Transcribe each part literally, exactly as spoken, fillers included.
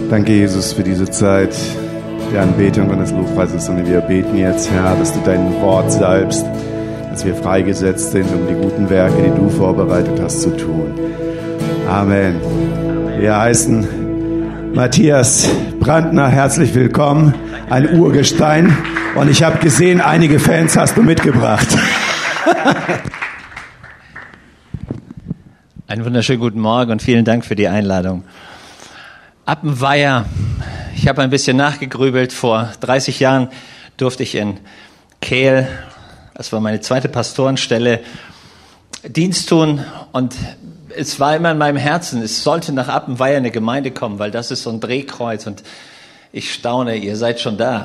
Danke, Jesus, für diese Zeit der Anbetung und des Lobpreises. Und wir beten jetzt, Herr, dass du dein Wort salbst, dass wir freigesetzt sind, um die guten Werke, die du vorbereitet hast, zu tun. Amen. Wir heißen Matthias Brandner, herzlich willkommen, ein Urgestein. Und ich habe gesehen, einige Fans hast du mitgebracht. Einen wunderschönen guten Morgen und vielen Dank für die Einladung. Appenweier. Ich habe ein bisschen nachgegrübelt. Vor dreißig Jahren durfte ich in Kehl, das war meine zweite Pastorenstelle, Dienst tun. Und es war immer in meinem Herzen, es sollte nach Appenweier eine Gemeinde kommen, weil das ist so ein Drehkreuz. Und ich staune, ihr seid schon da.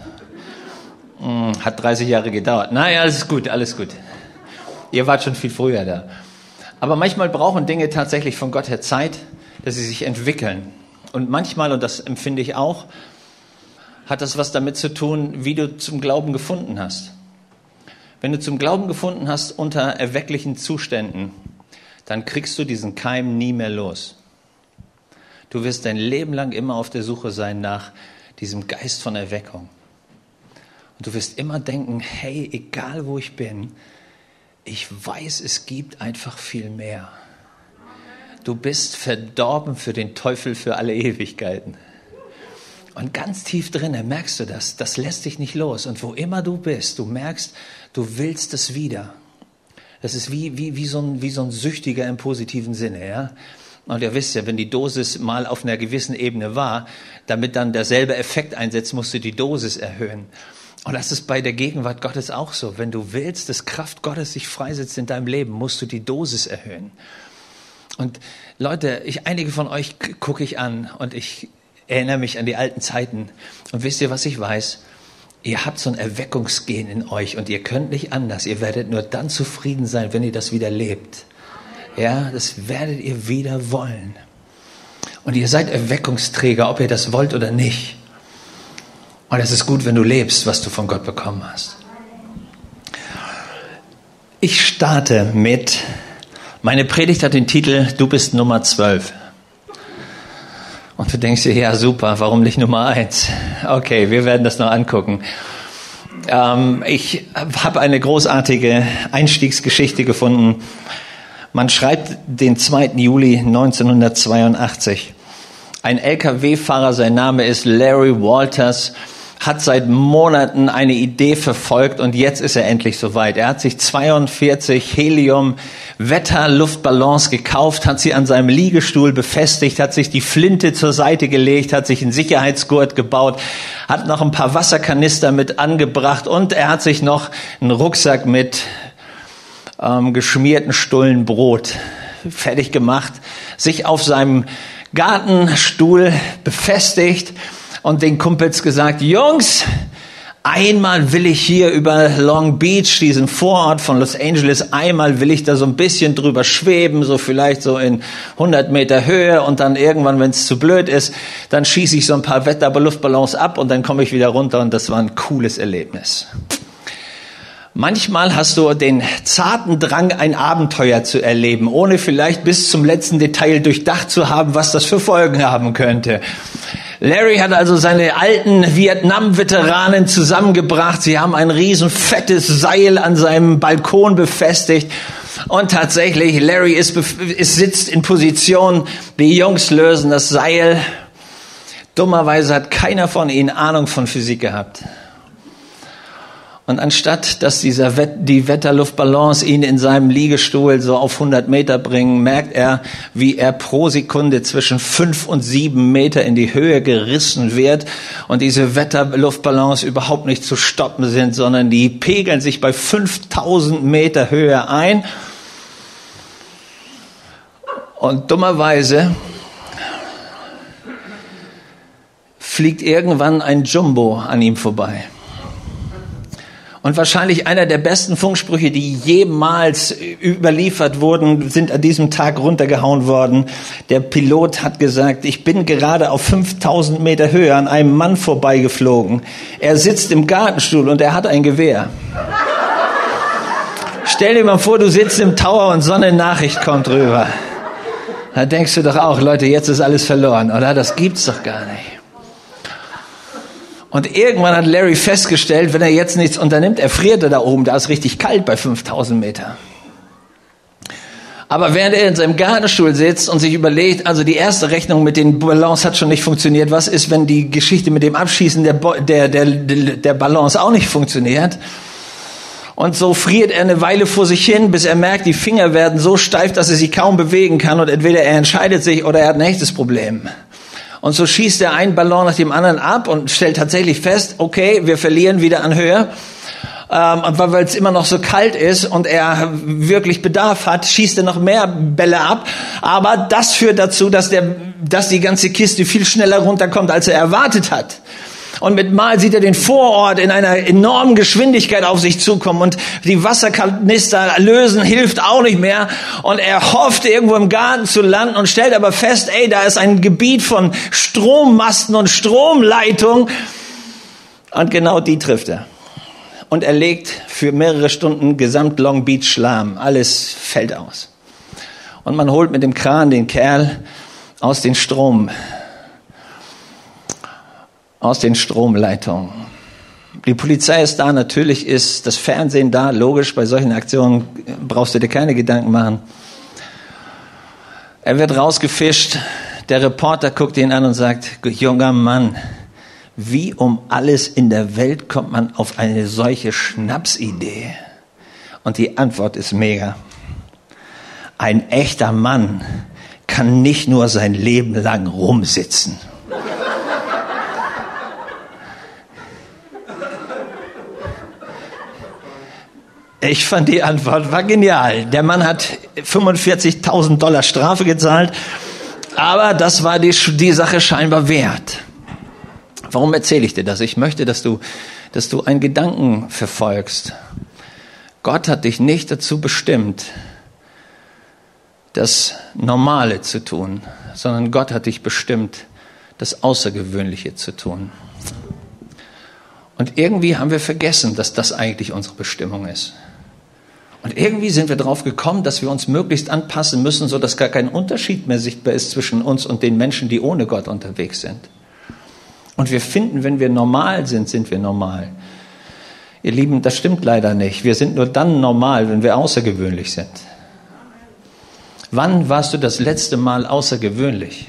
Hat dreißig Jahre gedauert. Naja, alles gut, alles gut. Ihr wart schon viel früher da. Aber manchmal brauchen Dinge tatsächlich von Gott her Zeit, dass sie sich entwickeln. Und manchmal, und das empfinde ich auch, hat das was damit zu tun, wie du zum Glauben gefunden hast. Wenn du zum Glauben gefunden hast unter erwecklichen Zuständen, dann kriegst du diesen Keim nie mehr los. Du wirst dein Leben lang immer auf der Suche sein nach diesem Geist von Erweckung. Und du wirst immer denken, hey, egal wo ich bin, ich weiß, es gibt einfach viel mehr. Du bist verdorben für den Teufel für alle Ewigkeiten. Und ganz tief drinnen merkst du das, das lässt dich nicht los. Und wo immer du bist, du merkst, du willst es wieder. Das ist wie, wie, wie, so ein, wie so ein Süchtiger im positiven Sinne, ja. Und ihr wisst ja, wenn die Dosis mal auf einer gewissen Ebene war, damit dann derselbe Effekt einsetzt, musst du die Dosis erhöhen. Und das ist bei der Gegenwart Gottes auch so. Wenn du willst, dass Kraft Gottes sich freisetzt in deinem Leben, musst du die Dosis erhöhen. Und Leute, ich, einige von euch gucke ich an und ich erinnere mich an die alten Zeiten. Und wisst ihr, was ich weiß? Ihr habt so ein Erweckungsgen in euch und ihr könnt nicht anders. Ihr werdet nur dann zufrieden sein, wenn ihr das wieder lebt. Ja, das werdet ihr wieder wollen. Und ihr seid Erweckungsträger, ob ihr das wollt oder nicht. Und es ist gut, wenn du lebst, was du von Gott bekommen hast. Ich starte mit, meine Predigt hat den Titel, du bist Nummer zwölf. Und du denkst dir, ja super, warum nicht Nummer eins? Okay, wir werden das noch angucken. Ähm, ich habe eine großartige Einstiegsgeschichte gefunden. Man schreibt den zweiten Juli neunzehnhundertzweiundachtzig. Ein L K W-Fahrer, sein Name ist Larry Walters, hat seit Monaten eine Idee verfolgt und jetzt ist er endlich soweit. Er hat sich zweiundvierzig Helium-Wetterluftballons gekauft, hat sie an seinem Liegestuhl befestigt, hat sich die Flinte zur Seite gelegt, hat sich einen Sicherheitsgurt gebaut, hat noch ein paar Wasserkanister mit angebracht und er hat sich noch einen Rucksack mit ähm, geschmierten Stullen Brot fertig gemacht, sich auf seinem Gartenstuhl befestigt und den Kumpels gesagt, Jungs, einmal will ich hier über Long Beach, diesen Vorort von Los Angeles, einmal will ich da so ein bisschen drüber schweben, so vielleicht so in hundert Meter Höhe und dann irgendwann, wenn es zu blöd ist, dann schieße ich so ein paar Wetterluftballons ab und dann komme ich wieder runter und das war ein cooles Erlebnis. Manchmal hast du den zarten Drang, ein Abenteuer zu erleben, ohne vielleicht bis zum letzten Detail durchdacht zu haben, was das für Folgen haben könnte. Larry hat also seine alten Vietnam-Veteranen zusammengebracht. Sie haben ein riesen fettes Seil an seinem Balkon befestigt. Und tatsächlich, Larry ist, ist, sitzt in Position. Die Jungs lösen das Seil. Dummerweise hat keiner von ihnen Ahnung von Physik gehabt. Und anstatt, dass dieser Wett, die Wetterluftballons ihn in seinem Liegestuhl so auf hundert Meter bringen, merkt er, wie er pro Sekunde zwischen fünf und sieben Meter in die Höhe gerissen wird und diese Wetterluftballons überhaupt nicht zu stoppen sind, sondern die pegeln sich bei fünftausend Meter Höhe ein. Und dummerweise fliegt irgendwann ein Jumbo an ihm vorbei. Und wahrscheinlich einer der besten Funksprüche, die jemals überliefert wurden, sind an diesem Tag runtergehauen worden. Der Pilot hat gesagt, ich bin gerade auf fünftausend Meter Höhe an einem Mann vorbeigeflogen. Er sitzt im Gartenstuhl und er hat ein Gewehr. Stell dir mal vor, du sitzt im Tower und so eine Nachricht kommt rüber. Da denkst du doch auch, Leute, jetzt ist alles verloren, oder? Das gibt's doch gar nicht. Und irgendwann hat Larry festgestellt, wenn er jetzt nichts unternimmt, erfriert er da oben. Da ist richtig kalt bei fünftausend Meter. Aber während er in seinem Gartenstuhl sitzt und sich überlegt, also die erste Rechnung mit den Ballons hat schon nicht funktioniert. Was ist, wenn die Geschichte mit dem Abschießen der, der, der, der Ballons auch nicht funktioniert? Und so friert er eine Weile vor sich hin, bis er merkt, die Finger werden so steif, dass er sie kaum bewegen kann. Und entweder er entscheidet sich oder er hat ein echtes Problem. Und so schießt er einen Ballon nach dem anderen ab und stellt tatsächlich fest, okay, wir verlieren wieder an Höhe. Ähm, und weil es immer noch so kalt ist und er wirklich Bedarf hat, schießt er noch mehr Bälle ab. Aber das führt dazu, dass, der, dass die ganze Kiste viel schneller runterkommt, als er erwartet hat. Und mit Mal sieht er den Vorort in einer enormen Geschwindigkeit auf sich zukommen und die Wasserkanister lösen hilft auch nicht mehr. Und er hofft, irgendwo im Garten zu landen und stellt aber fest, ey, da ist ein Gebiet von Strommasten und Stromleitungen. Und genau die trifft er. Und er legt für mehrere Stunden gesamt Long Beach lahm. Alles fällt aus. Und man holt mit dem Kran den Kerl aus den Strom aus den Stromleitungen. Die Polizei ist da, natürlich ist das Fernsehen da, logisch, bei solchen Aktionen brauchst du dir keine Gedanken machen. Er wird rausgefischt, der Reporter guckt ihn an und sagt, junger Mann, wie um alles in der Welt kommt man auf eine solche Schnapsidee? Und die Antwort ist mega. Ein echter Mann kann nicht nur sein Leben lang rumsitzen. Ich fand die Antwort war genial. Der Mann hat fünfundvierzigtausend Dollar Strafe gezahlt, aber das war die, die Sache scheinbar wert. Warum erzähle ich dir das? Ich möchte, dass du, dass du einen Gedanken verfolgst. Gott hat dich nicht dazu bestimmt, das Normale zu tun, sondern Gott hat dich bestimmt, das Außergewöhnliche zu tun. Und irgendwie haben wir vergessen, dass das eigentlich unsere Bestimmung ist. Und irgendwie sind wir drauf gekommen, dass wir uns möglichst anpassen müssen, sodass gar kein Unterschied mehr sichtbar ist zwischen uns und den Menschen, die ohne Gott unterwegs sind. Und wir finden, wenn wir normal sind, sind wir normal. Ihr Lieben, das stimmt leider nicht. Wir sind nur dann normal, wenn wir außergewöhnlich sind. Wann warst du das letzte Mal außergewöhnlich?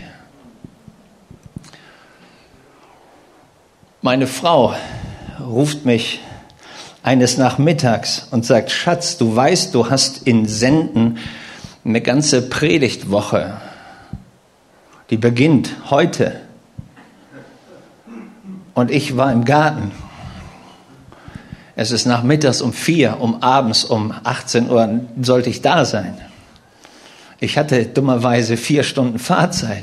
Meine Frau ruft mich eines Nachmittags und sagt, Schatz, du weißt, du hast in Senden eine ganze Predigtwoche. Die beginnt heute. Und ich war im Garten. Es ist nachmittags um vier, um abends um achtzehn Uhr sollte ich da sein. Ich hatte dummerweise vier Stunden Fahrzeit.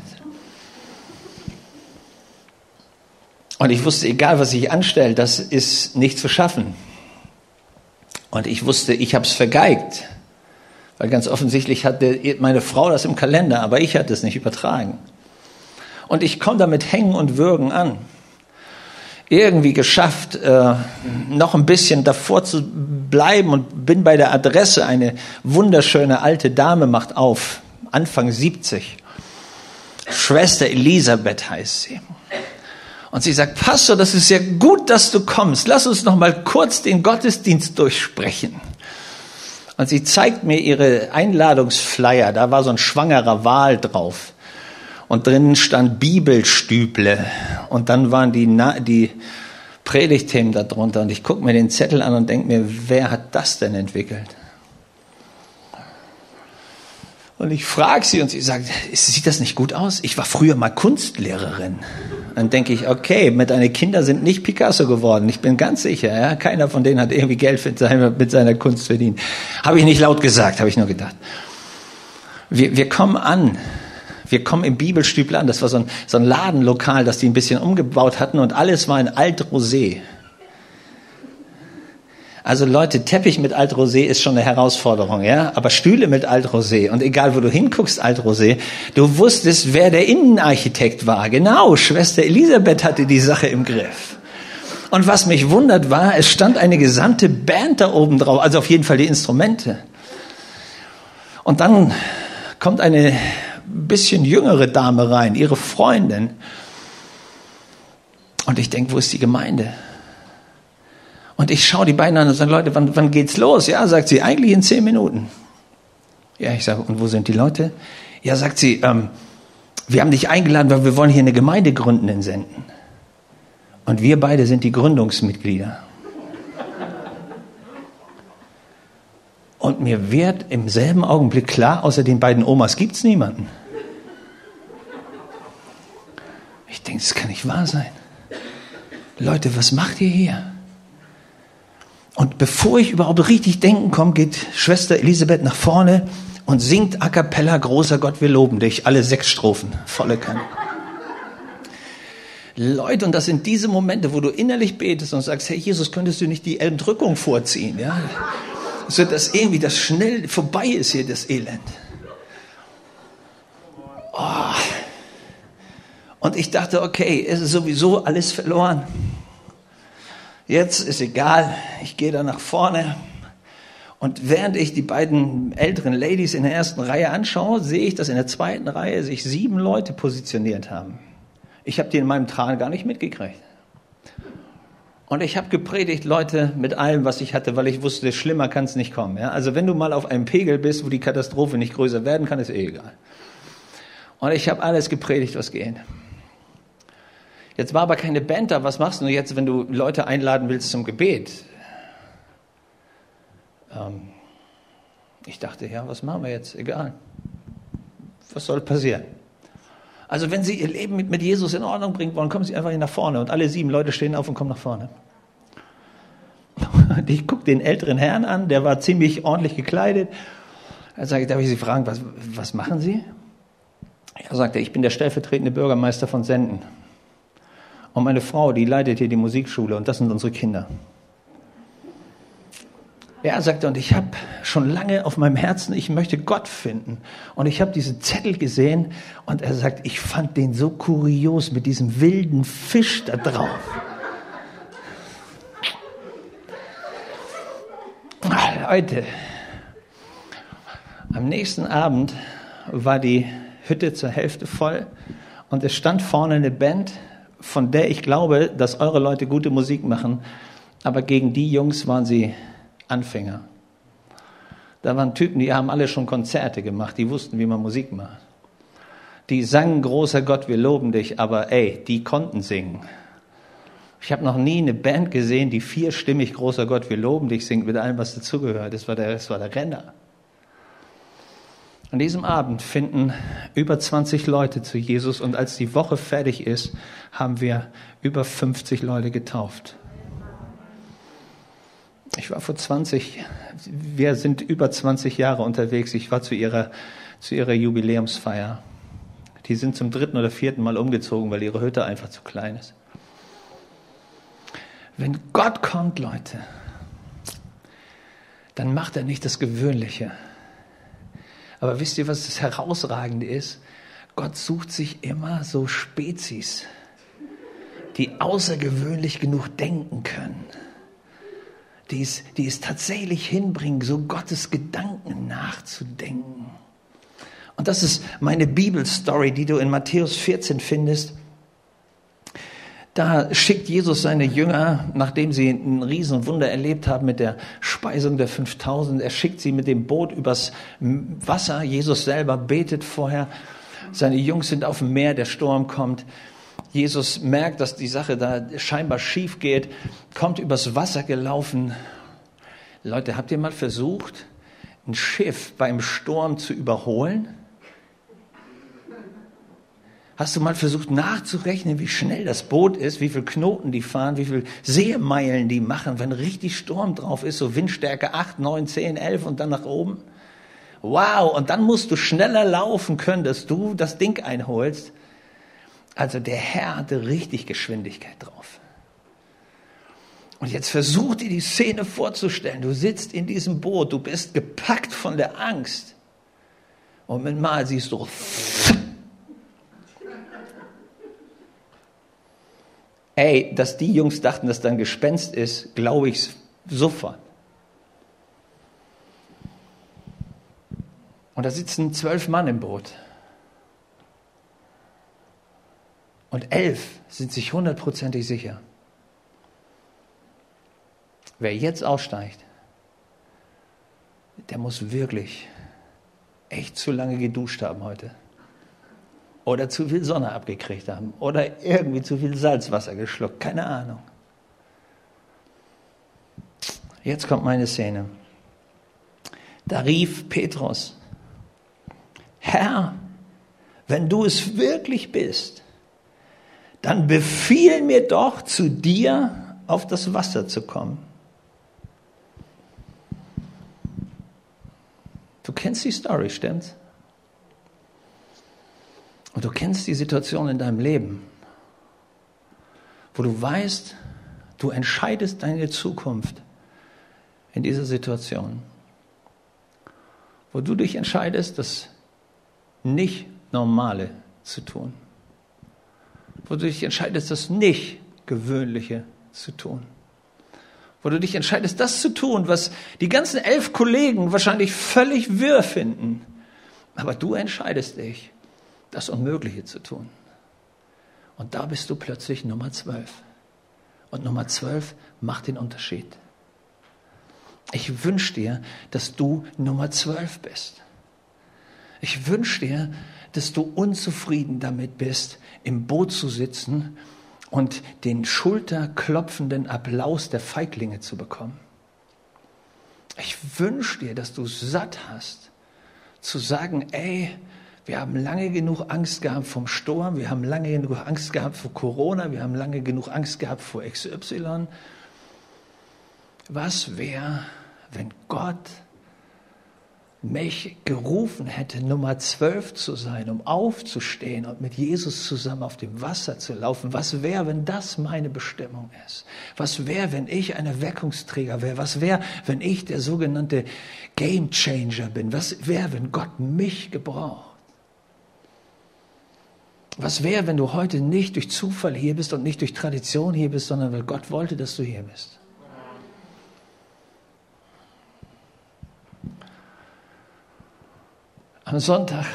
Und ich wusste, egal was ich anstelle, das ist nicht zu schaffen. Und ich wusste, ich habe es vergeigt. Weil ganz offensichtlich hatte meine Frau das im Kalender, aber ich hatte es nicht übertragen. Und ich komme damit Hängen und Würgen an. Irgendwie geschafft, äh, noch ein bisschen davor zu bleiben und bin bei der Adresse. Eine wunderschöne alte Dame macht auf, Anfang siebzig. Schwester Elisabeth heißt sie. Und sie sagt, Pastor, das ist ja gut, dass du kommst. Lass uns noch mal kurz den Gottesdienst durchsprechen. Und sie zeigt mir ihre Einladungsflyer. Da war so ein schwangerer Wal drauf. Und drinnen stand Bibelstüble. Und dann waren die, die Predigtthemen da drunter. Und ich gucke mir den Zettel an und denke mir, wer hat das denn entwickelt? Und ich frage sie und sie sagt, sieht das nicht gut aus? Ich war früher mal Kunstlehrerin. Dann denke ich, okay, mit deine Kinder sind nicht Picasso geworden. Ich bin ganz sicher, ja, keiner von denen hat irgendwie Geld mit seiner, mit seiner Kunst verdient. Habe ich nicht laut gesagt, habe ich nur gedacht. Wir, wir kommen an. Wir kommen im Bibelstübel an. Das war so ein, so ein Ladenlokal, das die ein bisschen umgebaut hatten und alles war in Alt-Rosé. Also Leute, Teppich mit Alt-Rosé ist schon eine Herausforderung, ja. Aber Stühle mit Alt-Rosé und egal wo du hinguckst, Alt-Rosé, du wusstest, wer der Innenarchitekt war. Genau, Schwester Elisabeth hatte die Sache im Griff. Und was mich wundert war, es stand eine gesamte Band da oben drauf, also auf jeden Fall die Instrumente. Und dann kommt eine bisschen jüngere Dame rein, ihre Freundin. Und ich denke, wo ist die Gemeinde? Und ich schaue die beiden an und sage, Leute, wann, wann geht's los? Ja, sagt sie, eigentlich in zehn Minuten. Ja, ich sage, und wo sind die Leute? Ja, sagt sie, ähm, wir haben dich eingeladen, weil wir wollen hier eine Gemeinde gründen in Senden. Und wir beide sind die Gründungsmitglieder. Und mir wird im selben Augenblick klar, außer den beiden Omas gibt's niemanden. Ich denke, das kann nicht wahr sein. Leute, was macht ihr hier? Und bevor ich überhaupt richtig denken komme, geht Schwester Elisabeth nach vorne und singt a cappella, großer Gott, wir loben dich. Alle sechs Strophen, volle Kanne. Leute, und das sind diese Momente, wo du innerlich betest und sagst, hey Jesus, könntest du nicht die Entrückung vorziehen? Ja? So dass irgendwie das schnell vorbei ist hier, das Elend. Oh. Und ich dachte, okay, es ist sowieso alles verloren. Jetzt ist egal, ich gehe da nach vorne. Und während ich die beiden älteren Ladies in der ersten Reihe anschaue, sehe ich, dass in der zweiten Reihe sich sieben Leute positioniert haben. Ich habe die in meinem Tragen gar nicht mitgekriegt. Und ich habe gepredigt, Leute, mit allem, was ich hatte, weil ich wusste, schlimmer kann es nicht kommen. Ja? Also wenn du mal auf einem Pegel bist, wo die Katastrophe nicht größer werden kann, ist eh egal. Und ich habe alles gepredigt, was geht. Jetzt war aber keine Band da. Was machst du jetzt, wenn du Leute einladen willst zum Gebet? Ähm, ich dachte, ja, was machen wir jetzt? Egal. Was soll passieren? Also wenn Sie Ihr Leben mit, mit Jesus in Ordnung bringen wollen, kommen Sie einfach hier nach vorne. Und alle sieben Leute stehen auf und kommen nach vorne. Und ich gucke den älteren Herrn an, der war ziemlich ordentlich gekleidet. Er sagt, darf ich Sie fragen, was, was machen Sie? Er sagte, ich bin der stellvertretende Bürgermeister von Senden. Und meine Frau, die leitet hier die Musikschule und das sind unsere Kinder. Er sagte, und ich habe schon lange auf meinem Herzen, ich möchte Gott finden. Und ich habe diesen Zettel gesehen und er sagt, ich fand den so kurios mit diesem wilden Fisch da drauf. Ach, Leute, am nächsten Abend war die Hütte zur Hälfte voll und es stand vorne eine Band, von der ich glaube, dass eure Leute gute Musik machen, aber gegen die Jungs waren sie Anfänger. Da waren Typen, die haben alle schon Konzerte gemacht, die wussten, wie man Musik macht. Die sangen, großer Gott, wir loben dich, aber ey, die konnten singen. Ich habe noch nie eine Band gesehen, die vierstimmig, großer Gott, wir loben dich singt, mit allem, was dazugehört. Das war der, das war der Renner. An diesem Abend finden über zwanzig Leute zu Jesus und als die Woche fertig ist, haben wir über fünfzig Leute getauft. Ich war vor zwanzig, wir sind über zwanzig Jahre unterwegs. Ich war zu ihrer, zu ihrer Jubiläumsfeier. Die sind zum dritten oder vierten Mal umgezogen, weil ihre Hütte einfach zu klein ist. Wenn Gott kommt, Leute, dann macht er nicht das Gewöhnliche. Aber wisst ihr, was das Herausragende ist? Gott sucht sich immer so Spezies, die außergewöhnlich genug denken können, die es, die es tatsächlich hinbringen, so Gottes Gedanken nachzudenken. Und das ist meine Bibelstory, die du in Matthäus vierzehn findest. Da schickt Jesus seine Jünger, nachdem sie ein Riesenwunder erlebt haben mit der Speisung der fünftausend, er schickt sie mit dem Boot übers Wasser. Jesus selber betet vorher. Seine Jungs sind auf dem Meer, der Sturm kommt. Jesus merkt, dass die Sache da scheinbar schief geht, kommt übers Wasser gelaufen. Leute, habt ihr mal versucht, ein Schiff beim Sturm zu überholen? Hast du mal versucht nachzurechnen, wie schnell das Boot ist, wie viele Knoten die fahren, wie viele Seemeilen die machen, wenn richtig Sturm drauf ist, so Windstärke acht, neun, zehn, elf und dann nach oben? Wow, und dann musst du schneller laufen können, dass du das Ding einholst. Also der Herr hatte richtig Geschwindigkeit drauf. Und jetzt versuch dir die Szene vorzustellen. Du sitzt in diesem Boot, du bist gepackt von der Angst. Und mit Mal siehst du... Ey, dass die Jungs dachten, dass da ein Gespenst ist, glaube ich sofort. Und da sitzen zwölf Mann im Boot. Und elf sind sich hundertprozentig sicher. Wer jetzt aussteigt, der muss wirklich echt zu lange geduscht haben heute. Oder zu viel Sonne abgekriegt haben. Oder irgendwie zu viel Salzwasser geschluckt. Keine Ahnung. Jetzt kommt meine Szene. Da rief Petrus: Herr, wenn du es wirklich bist, dann befiehl mir doch, zu dir auf das Wasser zu kommen. Du kennst die Story, stimmt's? Und du kennst die Situation in deinem Leben, wo du weißt, du entscheidest deine Zukunft in dieser Situation. Wo du dich entscheidest, das Nicht-Normale zu tun. Wo du dich entscheidest, das Nicht-Gewöhnliche zu tun. Wo du dich entscheidest, das zu tun, was die ganzen elf Kollegen wahrscheinlich völlig wirr finden. Aber du entscheidest dich, das Unmögliche zu tun. Und da bist du plötzlich Nummer zwölf. Und Nummer zwölf macht den Unterschied. Ich wünsche dir, dass du Nummer zwölf bist. Ich wünsche dir, dass du unzufrieden damit bist, im Boot zu sitzen und den schulterklopfenden Applaus der Feiglinge zu bekommen. Ich wünsche dir, dass du satt hast, zu sagen, ey, wir haben lange genug Angst gehabt vom Sturm, wir haben lange genug Angst gehabt vor Corona, wir haben lange genug Angst gehabt vor X Y. Was wäre, wenn Gott mich gerufen hätte, Nummer zwölf zu sein, um aufzustehen und mit Jesus zusammen auf dem Wasser zu laufen? Was wäre, wenn das meine Bestimmung ist? Was wäre, wenn ich ein Erweckungsträger wäre? Was wäre, wenn ich der sogenannte Game Changer bin? Was wäre, wenn Gott mich gebraucht? Was wäre, wenn du heute nicht durch Zufall hier bist und nicht durch Tradition hier bist, sondern weil Gott wollte, dass du hier bist? Am Sonntag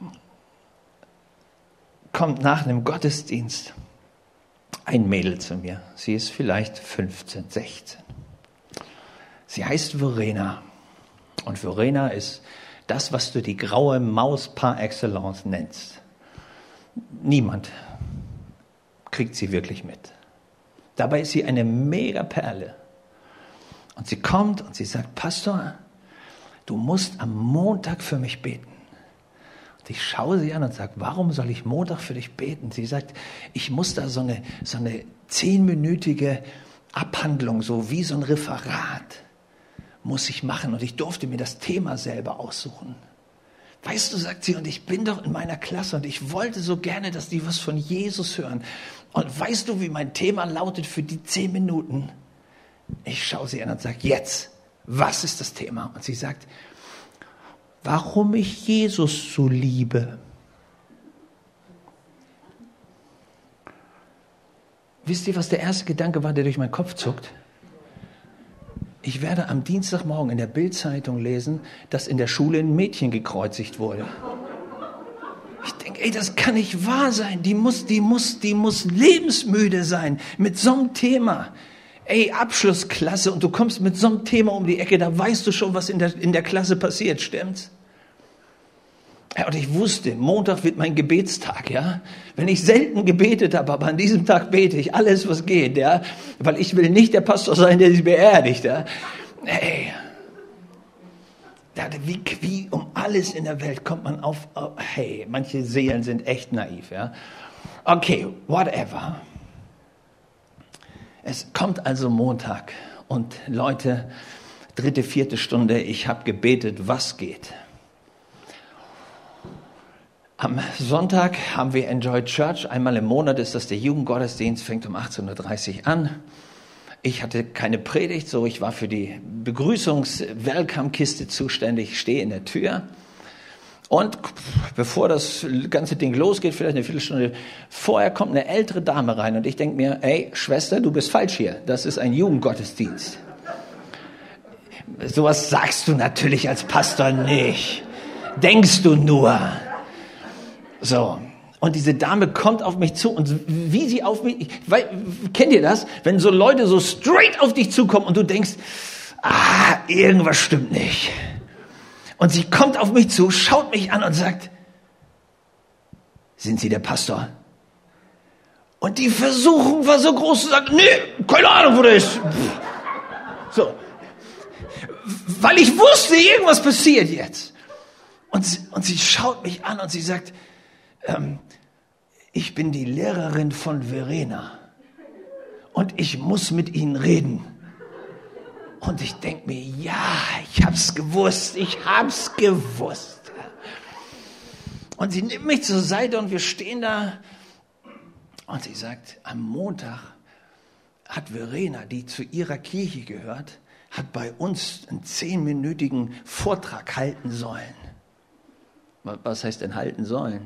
kommt nach einem Gottesdienst ein Mädel zu mir. Sie ist vielleicht fünfzehn, sechzehn. Sie heißt Verena. Und Verena ist das, was du die graue Maus par excellence nennst. Niemand kriegt sie wirklich mit. Dabei ist sie eine mega Perle. Und sie kommt und sie sagt, Pastor, du musst am Montag für mich beten. Und ich schaue sie an und sage, warum soll ich Montag für dich beten? Sie sagt, ich muss da so eine, so eine zehnminütige Abhandlung, so wie so ein Referat, muss ich machen. Und ich durfte mir das Thema selber aussuchen. Weißt du, sagt sie, und ich bin doch in meiner Klasse und ich wollte so gerne, dass die was von Jesus hören. Und weißt du, wie mein Thema lautet für die zehn Minuten? Ich schaue sie an und sage, jetzt, was ist das Thema? Und sie sagt, warum ich Jesus so liebe. Wisst ihr, was der erste Gedanke war, der durch meinen Kopf zuckt? Ich werde am Dienstagmorgen in der Bild-Zeitung lesen, dass in der Schule ein Mädchen gekreuzigt wurde. Ich denke, ey, das kann nicht wahr sein. Die muss, die muss, die muss lebensmüde sein mit so einem Thema. Ey, Abschlussklasse und du kommst mit so einem Thema um die Ecke, da weißt du schon, was in der, in der Klasse passiert, stimmt's? Ja, und ich wusste, Montag wird mein Gebetstag, ja. Wenn ich selten gebetet habe, aber an diesem Tag bete ich alles, was geht, ja. Weil ich will nicht der Pastor sein, der sie beerdigt, ja. Hey. Ja, wie, wie um alles in der Welt kommt man auf, oh, hey, manche Seelen sind echt naiv, ja. Okay, whatever. Es kommt also Montag und Leute, dritte, vierte Stunde, ich habe gebetet, was geht. Am Sonntag haben wir Enjoy Church. Einmal im Monat ist das der Jugendgottesdienst, fängt um achtzehn Uhr dreißig an. Ich hatte keine Predigt, so ich war für die Begrüßungs-Welcome-Kiste zuständig, stehe in der Tür. Und bevor das ganze Ding losgeht, vielleicht eine Viertelstunde vorher, kommt eine ältere Dame rein und ich denke mir, ey, Schwester, du bist falsch hier. Das ist ein Jugendgottesdienst. Sowas sagst du natürlich als Pastor nicht. Denkst du nur. So, Und diese Dame kommt auf mich zu und wie sie auf mich, weil, kennt ihr das? Wenn so Leute so straight auf dich zukommen und du denkst, ah, irgendwas stimmt nicht. Und sie kommt auf mich zu, schaut mich an und sagt, sind Sie der Pastor? Und die Versuchung war so groß zu sagen, nee, keine Ahnung, wo der ist. So. Weil ich wusste, irgendwas passiert jetzt. Und sie, und sie schaut mich an und sie sagt, ähm, ich bin die Lehrerin von Verena und ich muss mit Ihnen reden. Und ich denke mir, ja, ich hab's gewusst, ich hab's gewusst. Und sie nimmt mich zur Seite und wir stehen da und sie sagt, am Montag hat Verena, die zu ihrer Kirche gehört, hat bei uns einen zehnminütigen Vortrag halten sollen. Was heißt denn halten sollen?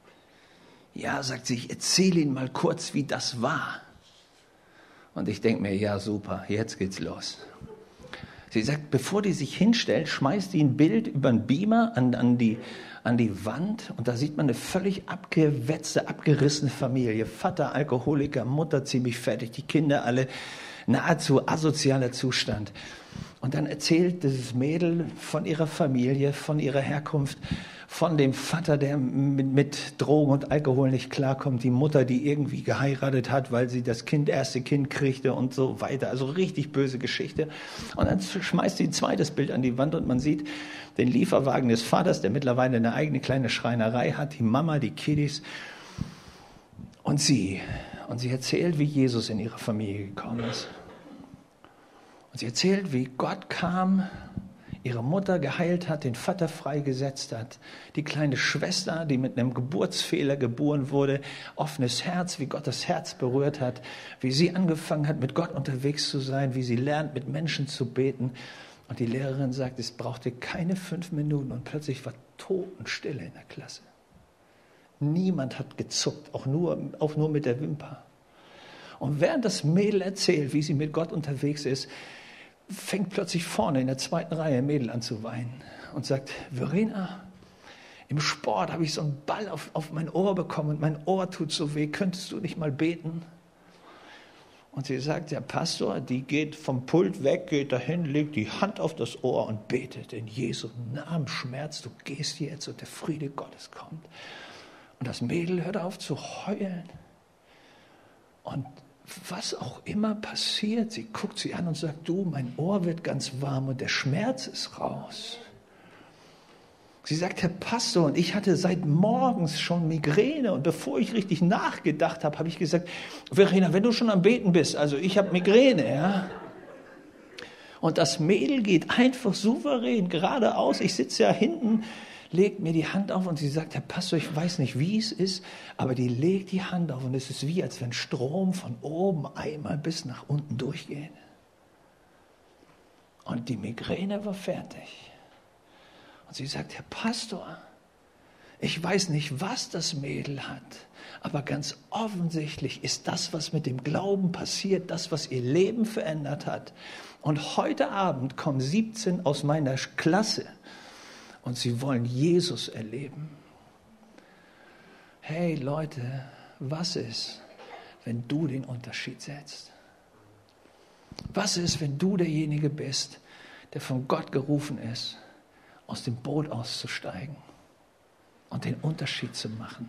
Ja, sagt sie, ich erzähle Ihnen mal kurz, wie das war. Und ich denke mir, ja super, jetzt geht's los. Sie sagt, bevor die sich hinstellt, schmeißt die ein Bild über einen Beamer an, an, die, an die Wand und da sieht man eine völlig abgewetzte, abgerissene Familie. Vater Alkoholiker, Mutter ziemlich fertig, die Kinder alle nahezu asozialer Zustand. Und dann erzählt dieses Mädel von ihrer Familie, von ihrer Herkunft, von dem Vater, der mit, mit Drogen und Alkohol nicht klarkommt, die Mutter, die irgendwie geheiratet hat, weil sie das Kind, erste Kind kriegte und so weiter. Also richtig böse Geschichte. Und dann schmeißt sie ein zweites Bild an die Wand und man sieht den Lieferwagen des Vaters, der mittlerweile eine eigene kleine Schreinerei hat, die Mama, die Kiddies und sie. Und sie erzählt, wie Jesus in ihre Familie gekommen ist. Und sie erzählt, wie Gott kam, ihre Mutter geheilt hat, den Vater freigesetzt hat, die kleine Schwester, die mit einem Geburtsfehler geboren wurde, offenes Herz, wie Gott das Herz berührt hat, wie sie angefangen hat, mit Gott unterwegs zu sein, wie sie lernt, mit Menschen zu beten. Und die Lehrerin sagt, es brauchte keine fünf Minuten und plötzlich war Totenstille in der Klasse. Niemand hat gezuckt, auch nur, auch nur mit der Wimper. Und während das Mädel erzählt, wie sie mit Gott unterwegs ist, fängt plötzlich vorne in der zweiten Reihe ein Mädel an zu weinen und sagt, Verena, im Sport habe ich so einen Ball auf, auf mein Ohr bekommen und mein Ohr tut so weh, könntest du nicht mal beten? Und sie sagt, der Pastor, die geht vom Pult weg, geht dahin, legt die Hand auf das Ohr und betet in Jesu Namen, Schmerz, du gehst jetzt und der Friede Gottes kommt. Und das Mädel hört auf zu heulen. Und was auch immer passiert, sie guckt sie an und sagt, du, mein Ohr wird ganz warm und der Schmerz ist raus. Sie sagt, Herr Pastor, und ich hatte seit morgens schon Migräne und bevor ich richtig nachgedacht habe, habe ich gesagt, Verena, wenn du schon am Beten bist, also ich habe Migräne, ja. Und das Mädel geht einfach souverän geradeaus, ich sitze ja hinten, legt mir die Hand auf und sie sagt, Herr Pastor, ich weiß nicht, wie es ist, aber die legt die Hand auf und es ist wie, als wenn Strom von oben einmal bis nach unten durchgeht. Und die Migräne war fertig. Und sie sagt, Herr Pastor, ich weiß nicht, was das Mädel hat, aber ganz offensichtlich ist das, was mit dem Glauben passiert, das, was ihr Leben verändert hat. Und heute Abend kommen siebzehn aus meiner Klasse und sie wollen Jesus erleben. Hey Leute, was ist, wenn du den Unterschied setzt? Was ist, wenn du derjenige bist, der von Gott gerufen ist, aus dem Boot auszusteigen und den Unterschied zu machen?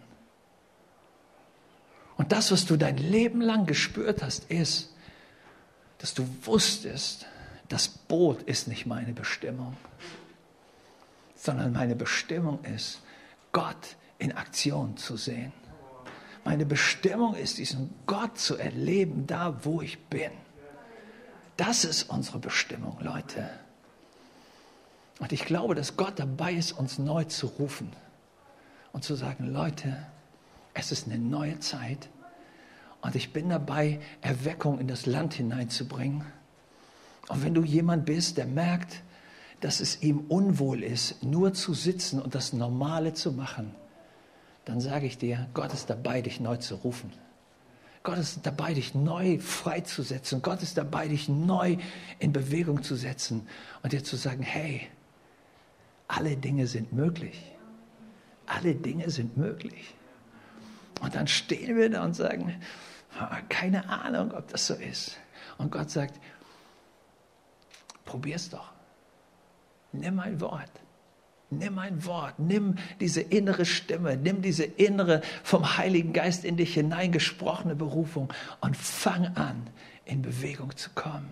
Und das, was du dein Leben lang gespürt hast, ist, dass du wusstest, das Boot ist nicht meine Bestimmung, sondern meine Bestimmung ist, Gott in Aktion zu sehen. Meine Bestimmung ist, diesen Gott zu erleben, da wo ich bin. Das ist unsere Bestimmung, Leute. Und ich glaube, dass Gott dabei ist, uns neu zu rufen und zu sagen, Leute, es ist eine neue Zeit und ich bin dabei, Erweckung in das Land hineinzubringen. Und wenn du jemand bist, der merkt, dass es ihm unwohl ist, nur zu sitzen und das Normale zu machen, dann sage ich dir, Gott ist dabei, dich neu zu rufen. Gott ist dabei, dich neu freizusetzen. Gott ist dabei, dich neu in Bewegung zu setzen und dir zu sagen, hey, alle Dinge sind möglich. Alle Dinge sind möglich. dann stehen wir da und sagen, keine Ahnung, ob das so ist. Und Gott sagt, probier's doch. Nimm ein Wort. Nimm ein Wort. Nimm diese innere Stimme. Nimm diese innere, vom Heiligen Geist in dich hineingesprochene Berufung und fang an, in Bewegung zu kommen.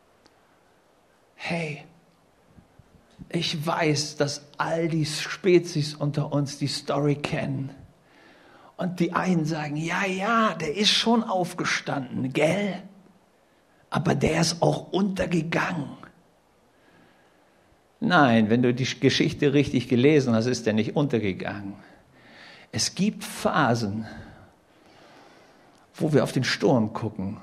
Hey, ich weiß, dass all die Spezies unter uns die Story kennen. Und die einen sagen, ja, ja, der ist schon aufgestanden, gell? Aber der ist auch untergegangen. Nein, wenn du die Geschichte richtig gelesen hast, ist der nicht untergegangen. Es gibt Phasen, wo wir auf den Sturm gucken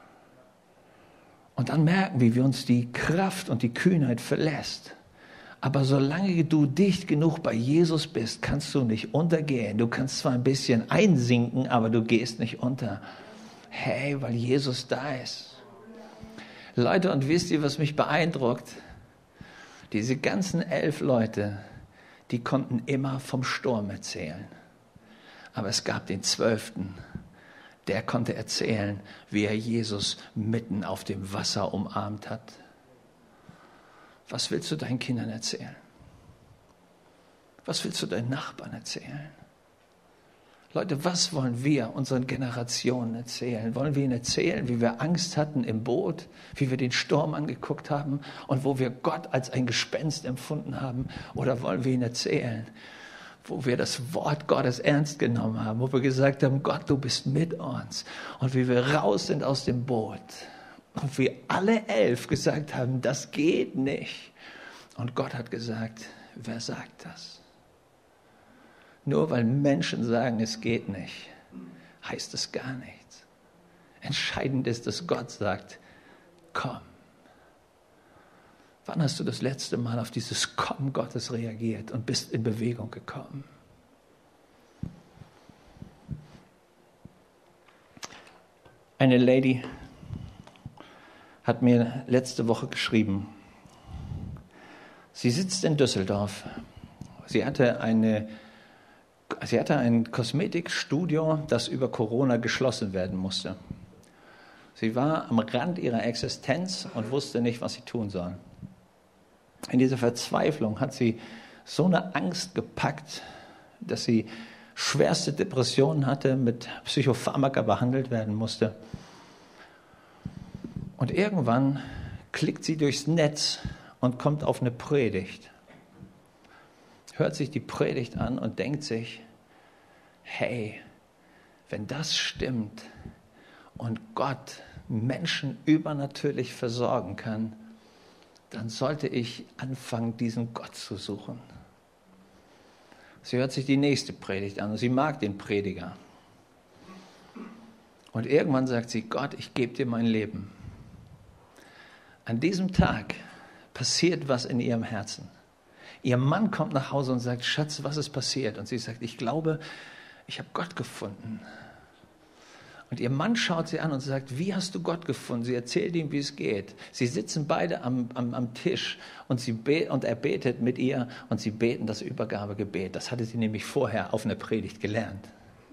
und dann merken, wie wir uns die Kraft und die Kühnheit verlässt. Aber solange du dicht genug bei Jesus bist, kannst du nicht untergehen. Du kannst zwar ein bisschen einsinken, aber du gehst nicht unter. Hey, weil Jesus da ist. Leute, und wisst ihr, was mich beeindruckt? Diese ganzen elf Leute, die konnten immer vom Sturm erzählen. Aber es gab den Zwölften, der konnte erzählen, wie er Jesus mitten auf dem Wasser umarmt hat. Was willst du deinen Kindern erzählen? Was willst du deinen Nachbarn erzählen? Leute, was wollen wir unseren Generationen erzählen? Wollen wir ihnen erzählen, wie wir Angst hatten im Boot, wie wir den Sturm angeguckt haben und wo wir Gott als ein Gespenst empfunden haben? Oder wollen wir ihnen erzählen, wo wir das Wort Gottes ernst genommen haben, wo wir gesagt haben, Gott, du bist mit uns, und wie wir raus sind aus dem Boot und wir alle elf gesagt haben, das geht nicht. Und Gott hat gesagt, wer sagt das? Nur weil Menschen sagen, es geht nicht, heißt es gar nichts. Entscheidend ist, dass Gott sagt, komm. Wann hast du das letzte Mal auf dieses Kommen Gottes reagiert und bist in Bewegung gekommen? Eine Lady hat mir letzte Woche geschrieben. Sie sitzt in Düsseldorf. Sie hatte eine Sie hatte ein Kosmetikstudio, das über Corona geschlossen werden musste. Sie war am Rand ihrer Existenz und wusste nicht, was sie tun soll. In dieser Verzweiflung hat sie so eine Angst gepackt, dass sie schwerste Depressionen hatte, mit Psychopharmaka behandelt werden musste. Und irgendwann klickt sie durchs Netz und kommt auf eine Predigt. Hört sich die Predigt an und denkt sich, hey, wenn das stimmt und Gott Menschen übernatürlich versorgen kann, dann sollte ich anfangen, diesen Gott zu suchen. Sie hört sich die nächste Predigt an und sie mag den Prediger. Und irgendwann sagt sie, Gott, ich gebe dir mein Leben. An diesem Tag passiert was in ihrem Herzen. Ihr Mann kommt nach Hause und sagt, Schatz, was ist passiert? Und sie sagt, ich glaube, ich habe Gott gefunden. Und ihr Mann schaut sie an und sagt, wie hast du Gott gefunden? Sie erzählt ihm, wie es geht. Sie sitzen beide am, am, am Tisch und, sie be- und er betet mit ihr und sie beten das Übergabegebet. Das hatte sie nämlich vorher auf einer Predigt gelernt.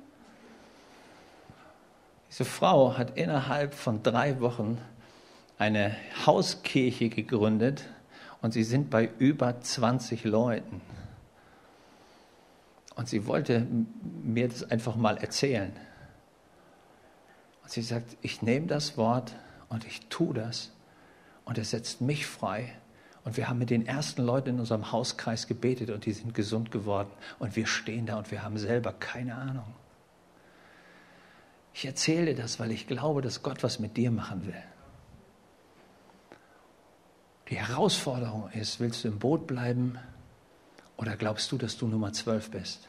Diese Frau hat innerhalb von drei Wochen eine Hauskirche gegründet. Und sie sind bei über zwanzig Leuten. Und sie wollte mir das einfach mal erzählen. Und sie sagt, ich nehme das Wort und ich tue das. Und es setzt mich frei. Und wir haben mit den ersten Leuten in unserem Hauskreis gebetet und die sind gesund geworden. Und wir stehen da und wir haben selber keine Ahnung. Ich erzähle das, weil ich glaube, dass Gott was mit dir machen will. Die Herausforderung ist, willst du im Boot bleiben oder glaubst du, dass du Nummer zwölf bist?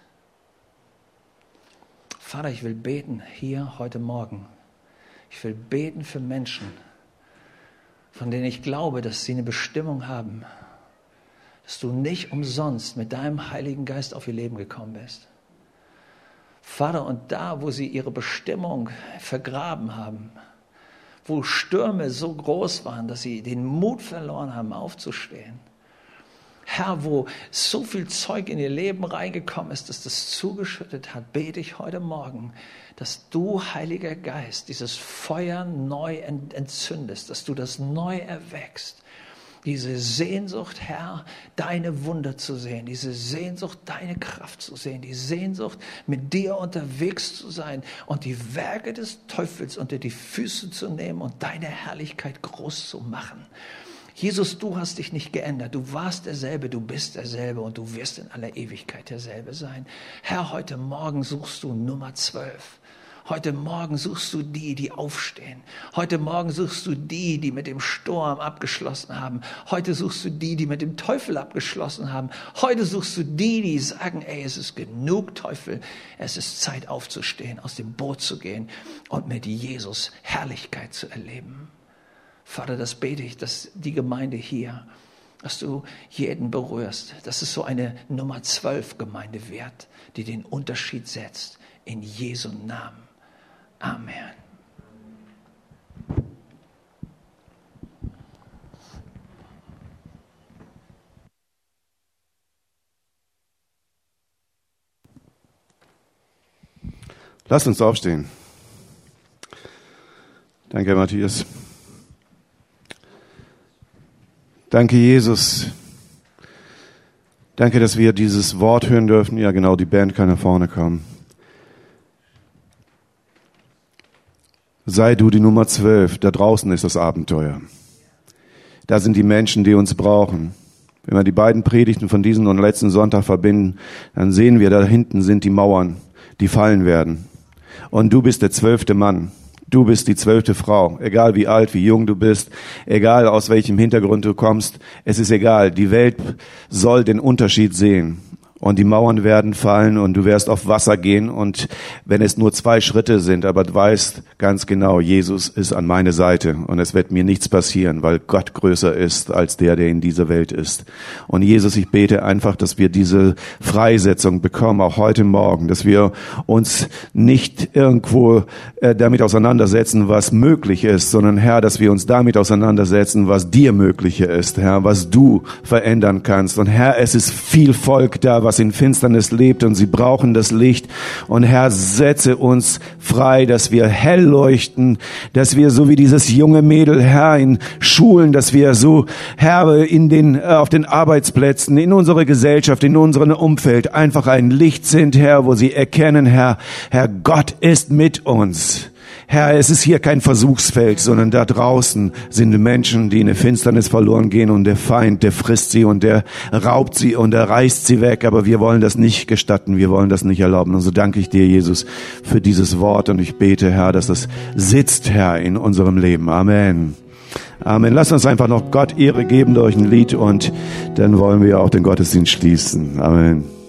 Vater, ich will beten hier heute Morgen. Ich will beten für Menschen, von denen ich glaube, dass sie eine Bestimmung haben, dass du nicht umsonst mit deinem Heiligen Geist auf ihr Leben gekommen bist. Vater, und da, wo sie ihre Bestimmung vergraben haben, wo Stürme so groß waren, dass sie den Mut verloren haben, aufzustehen. Herr, wo so viel Zeug in ihr Leben reingekommen ist, dass das zugeschüttet hat, bete ich heute Morgen, dass du, Heiliger Geist, dieses Feuer neu entzündest, dass du das neu erweckst. Diese Sehnsucht, Herr, deine Wunder zu sehen, diese Sehnsucht, deine Kraft zu sehen, die Sehnsucht, mit dir unterwegs zu sein und die Werke des Teufels unter die Füße zu nehmen und deine Herrlichkeit groß zu machen. Jesus, du hast dich nicht geändert. Du warst derselbe, du bist derselbe und du wirst in aller Ewigkeit derselbe sein. Herr, heute Morgen suchst du Nummer zwölf. Heute Morgen suchst du die, die aufstehen. Heute Morgen suchst du die, die mit dem Sturm abgeschlossen haben. Heute suchst du die, die mit dem Teufel abgeschlossen haben. Heute suchst du die, die sagen, ey, es ist genug Teufel. Es ist Zeit aufzustehen, aus dem Boot zu gehen und mit Jesus Herrlichkeit zu erleben. Vater, das bete ich, dass die Gemeinde hier, dass du jeden berührst, dass es so eine Nummer zwölf Gemeinde wird, die den Unterschied setzt. In Jesu Namen. Amen. Lasst uns aufstehen. Danke, Matthias. Danke, Jesus. Danke, dass wir dieses Wort hören dürfen. Ja, genau, die Band kann nach vorne kommen. Sei du die Nummer zwölf. Da draußen ist das Abenteuer. Da sind die Menschen, die uns brauchen. Wenn wir die beiden Predigten von diesem und letzten Sonntag verbinden, dann sehen wir, da hinten sind die Mauern, die fallen werden. Und du bist der zwölfte Mann. Du bist die zwölfte Frau. Egal wie alt, wie jung du bist, egal aus welchem Hintergrund du kommst, es ist egal. Die Welt soll den Unterschied sehen. Und die Mauern werden fallen und du wirst auf Wasser gehen. Und wenn es nur zwei Schritte sind, aber du weißt ganz genau, Jesus ist an meiner Seite und es wird mir nichts passieren, weil Gott größer ist als der, der in dieser Welt ist. Und Jesus, ich bete einfach, dass wir diese Freisetzung bekommen, auch heute Morgen, dass wir uns nicht irgendwo äh, damit auseinandersetzen, was möglich ist, sondern Herr, dass wir uns damit auseinandersetzen, was dir möglich ist, Herr, was du verändern kannst. Und Herr, es ist viel Volk da, was was in Finsternis lebt und sie brauchen das Licht. Und Herr, setze uns frei, dass wir hell leuchten, dass wir so wie dieses junge Mädel, Herr, in Schulen, dass wir so, Herr, in den, auf den Arbeitsplätzen, in unserer Gesellschaft, in unserem Umfeld einfach ein Licht sind, Herr, wo sie erkennen, Herr, Herr, Gott ist mit uns. Herr, es ist hier kein Versuchsfeld, sondern da draußen sind Menschen, die in der Finsternis verloren gehen und der Feind, der frisst sie und der raubt sie und der reißt sie weg. Aber wir wollen das nicht gestatten, wir wollen das nicht erlauben. Und so danke ich dir, Jesus, für dieses Wort und ich bete, Herr, dass das sitzt, Herr, in unserem Leben. Amen. Amen. Lass uns einfach noch Gott Ehre geben durch ein Lied und dann wollen wir auch den Gottesdienst schließen. Amen.